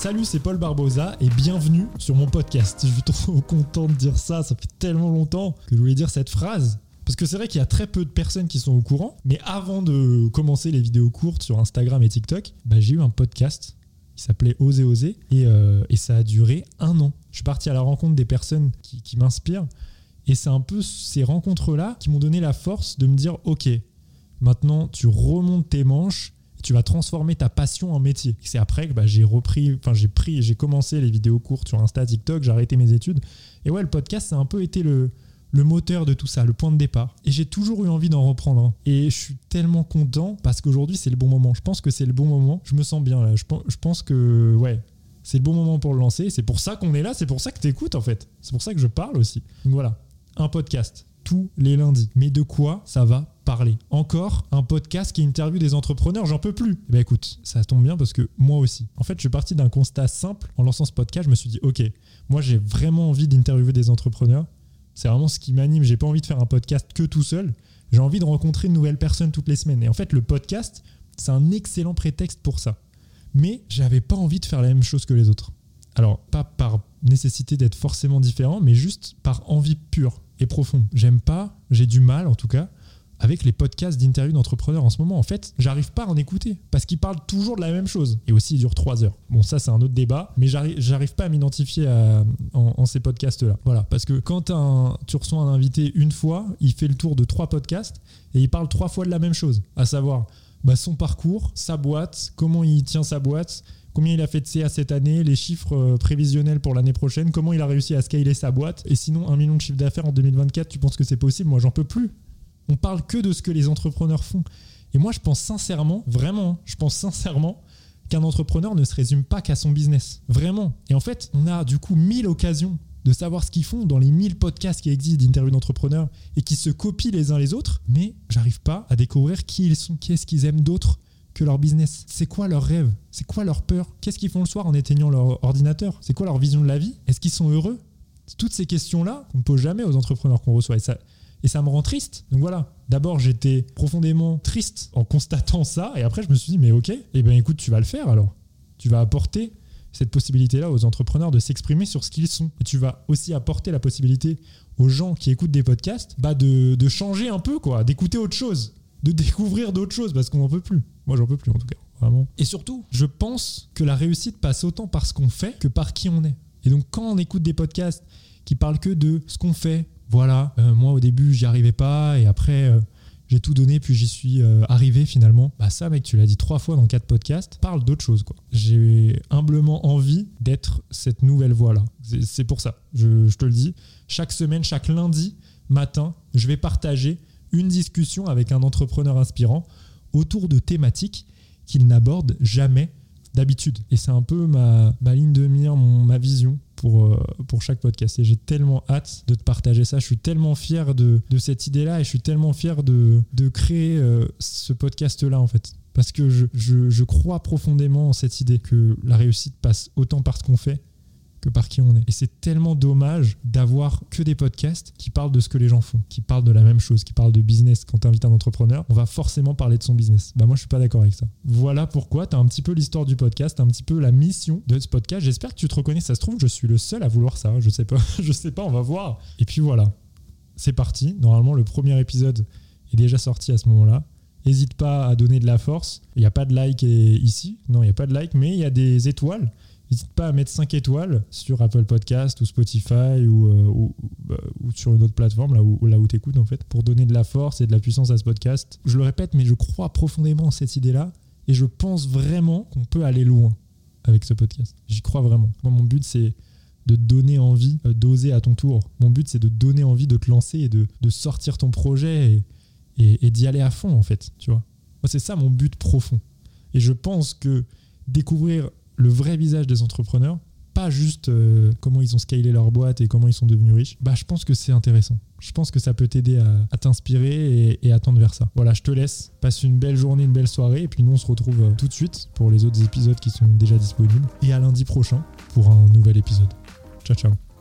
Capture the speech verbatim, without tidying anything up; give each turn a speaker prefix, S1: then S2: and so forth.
S1: Salut, c'est Paul Barbosa et bienvenue sur mon podcast. Je suis trop content de dire ça, ça fait tellement longtemps que je voulais dire cette phrase. Parce que c'est vrai qu'il y a très peu de personnes qui sont au courant, mais avant de commencer les vidéos courtes sur Instagram et TikTok, bah, j'ai eu un podcast qui s'appelait Oser Oser et, euh, et ça a duré un an. Je suis parti à la rencontre des personnes qui, qui m'inspirent et c'est un peu ces rencontres-là qui m'ont donné la force de me dire « Ok, maintenant tu remontes tes manches, tu vas transformer ta passion en métier. » C'est après que bah, j'ai repris, enfin j'ai pris, j'ai commencé les vidéos courtes sur Insta, TikTok, j'ai arrêté mes études. Et ouais, le podcast, ça a un peu été le, le moteur de tout ça, le point de départ. Et j'ai toujours eu envie d'en reprendre. Et je suis tellement content parce qu'aujourd'hui, c'est le bon moment. Je pense que c'est le bon moment. Je me sens bien là. Je, je pense que ouais, c'est le bon moment pour le lancer. C'est pour ça qu'on est là. C'est pour ça que tu écoutes en fait. C'est pour ça que je parle aussi. Donc voilà, un podcast tous les lundis. Mais de quoi ça va parler? Encore un podcast qui interviewe des entrepreneurs, j'en peux plus. Eh ben écoute, ça tombe bien parce que moi aussi. En fait, je suis parti d'un constat simple. En lançant ce podcast, je me suis dit, ok, moi j'ai vraiment envie d'interviewer des entrepreneurs. C'est vraiment ce qui m'anime. J'ai pas envie de faire un podcast que tout seul. J'ai envie de rencontrer de nouvelles personnes toutes les semaines. Et en fait, le podcast, c'est un excellent prétexte pour ça. Mais j'avais pas envie de faire la même chose que les autres. Alors, pas par nécessité d'être forcément différent, mais juste par envie pure et profonde. J'aime pas, j'ai du mal en tout cas, avec les podcasts d'interviews d'entrepreneurs en ce moment. En fait, j'arrive pas à en écouter parce qu'ils parlent toujours de la même chose. Et aussi, ils durent trois heures. Bon, ça, c'est un autre débat, mais j'arrive, j'arrive pas à m'identifier à, en, en ces podcasts-là. Voilà, parce que quand un, tu reçois un invité une fois, il fait le tour de trois podcasts et il parle trois fois de la même chose, à savoir bah, son parcours, sa boîte, comment il tient sa boîte, combien il a fait de C A cette année, les chiffres prévisionnels pour l'année prochaine, comment il a réussi à scaler sa boîte. Et sinon, un million de chiffre d'affaires en deux mille vingt-quatre, tu penses que c'est possible? Moi, j'en peux plus. On parle que de ce que les entrepreneurs font. Et moi, je pense sincèrement, vraiment, je pense sincèrement qu'un entrepreneur ne se résume pas qu'à son business. Vraiment. Et en fait, on a du coup mille occasions de savoir ce qu'ils font dans les mille podcasts qui existent d'interviews d'entrepreneurs et qui se copient les uns les autres, mais j'arrive pas à découvrir qui ils sont, qu'est-ce qu'ils aiment d'autre que leur business. C'est quoi leur rêve? C'est quoi leur peur? Qu'est-ce qu'ils font le soir en éteignant leur ordinateur? C'est quoi leur vision de la vie? Est-ce qu'ils sont heureux? C'est toutes ces questions-là qu'on ne pose jamais aux entrepreneurs qu'on reçoit. Et ça, et ça me rend triste. Donc voilà, d'abord j'étais profondément triste en constatant ça. Et après je me suis dit, mais ok, eh bien écoute, tu vas le faire alors. Tu vas apporter cette possibilité-là aux entrepreneurs de s'exprimer sur ce qu'ils sont. Et tu vas aussi apporter la possibilité aux gens qui écoutent des podcasts bah de, de changer un peu, quoi, d'écouter autre chose, de découvrir d'autres choses parce qu'on n'en peut plus. Moi, j'en peux plus en tout cas, vraiment. Et surtout, je pense que la réussite passe autant par ce qu'on fait que par qui on est. Et donc, quand on écoute des podcasts qui parlent que de ce qu'on fait, voilà, euh, moi au début, j'y arrivais pas et après, euh, j'ai tout donné puis j'y suis euh, arrivé finalement. Bah ça, mec, tu l'as dit trois fois dans quatre podcasts, parle d'autre chose, quoi. J'ai humblement envie d'être cette nouvelle voix-là. C'est, c'est pour ça, je, je te le dis. Chaque semaine, chaque lundi matin, je vais partager une discussion avec un entrepreneur inspirant autour de thématiques qu'il n'aborde jamais d'habitude. Et c'est un peu ma, ma ligne de mire, mon, ma vision pour, euh, pour chaque podcast. Et j'ai tellement hâte de te partager ça. Je suis tellement fier de, de cette idée-là et je suis tellement fier de, de créer euh, ce podcast-là en fait. Parce que je, je, je crois profondément en cette idée que la réussite passe autant par ce qu'on fait que par qui on est. Et c'est tellement dommage d'avoir que des podcasts qui parlent de ce que les gens font, qui parlent de la même chose, qui parlent de business. Quand tu invites un entrepreneur, on va forcément parler de son business. Bah moi, je suis pas d'accord avec ça. Voilà pourquoi tu as un petit peu l'histoire du podcast, un petit peu la mission de ce podcast. J'espère que tu te reconnais. Ça se trouve, je suis le seul à vouloir ça. Je sais pas. je sais pas, on va voir. Et puis voilà, c'est parti. Normalement, le premier épisode est déjà sorti à ce moment-là. N'hésite pas à donner de la force. Il n'y a pas de like ici. Non, il n'y a pas de like, mais il y a des étoiles. N'hésite pas à mettre cinq étoiles sur Apple Podcast ou Spotify ou, euh, ou, bah, ou sur une autre plateforme, là où, là où tu écoutes en fait, pour donner de la force et de la puissance à ce podcast. Je le répète, mais je crois profondément en cette idée-là et je pense vraiment qu'on peut aller loin avec ce podcast. J'y crois vraiment. Moi, mon but, c'est de te donner envie euh, d'oser à ton tour. Mon but, c'est de te donner envie de te lancer et de, de sortir ton projet et, et, et d'y aller à fond en fait, tu vois. Moi, c'est ça mon but profond. Et je pense que découvrir le vrai visage des entrepreneurs, pas juste euh, comment ils ont scalé leur boîte et comment ils sont devenus riches, bah je pense que c'est intéressant. Je pense que ça peut t'aider à, à t'inspirer et, et à tendre vers ça. Voilà, je te laisse. Passe une belle journée, une belle soirée et puis nous on se retrouve euh, tout de suite pour les autres épisodes qui sont déjà disponibles et à lundi prochain pour un nouvel épisode. Ciao, ciao.